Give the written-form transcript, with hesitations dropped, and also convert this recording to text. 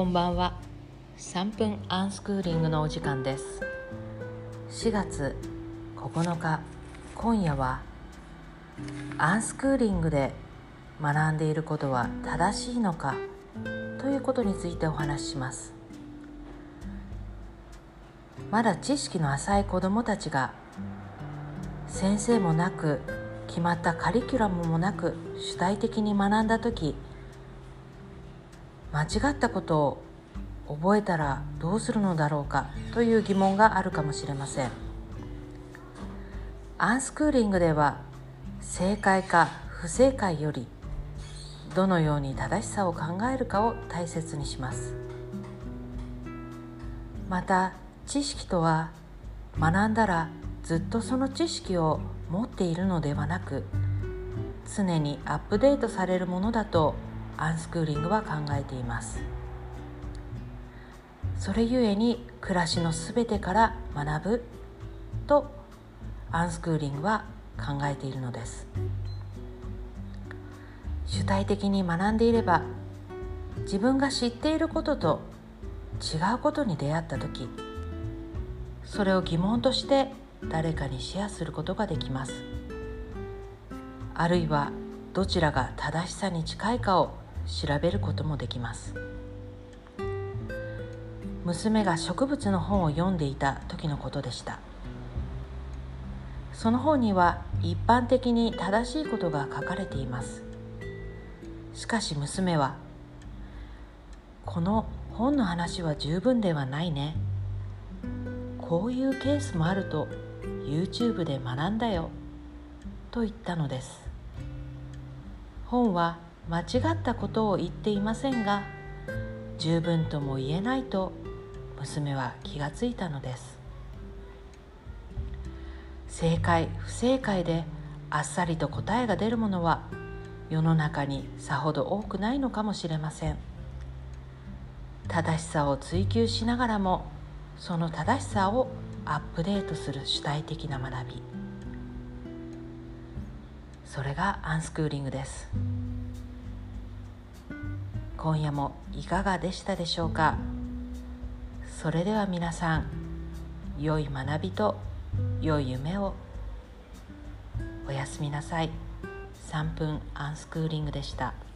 こんばんは。3分アンスクーリングのお時間です。4月9日、今夜はアンスクーリングで学んでいることは正しいのかということについてお話しします。まだ知識の浅い子どもたちが先生もなく決まったカリキュラムもなく主体的に学んだとき、間違ったことを覚えたらどうするのだろうかという疑問があるかもしれません。アンスクーリングでは正解か不正解よりどのように正しさを考えるかを大切にします。また知識とは学んだらずっとその知識を持っているのではなく、常にアップデートされるものだとアンスクーリングは考えています。それゆえに暮らしのすべてから学ぶとアンスクーリングは考えているのです。主体的に学んでいれば、自分が知っていることと違うことに出会ったとき、それを疑問として誰かにシェアすることができます。あるいはどちらが正しさに近いかを調べることもできます。娘が植物の本を読んでいた時のことでした。その本には一般的に正しいことが書かれています。しかし娘は、この本の話は十分ではないね。こういうケースもあると YouTube で学んだよと言ったのです。本は間違ったことを言っていませんが、十分とも言えないと娘は気がついたのです。正解不正解であっさりと答えが出るものは世の中にさほど多くないのかもしれません。正しさを追求しながらも、その正しさをアップデートする主体的な学び、それがアンスクーリングです。今夜もいかがでしたでしょうか。それでは皆さん、良い学びと良い夢を。おやすみなさい。3分アンスクーリングでした。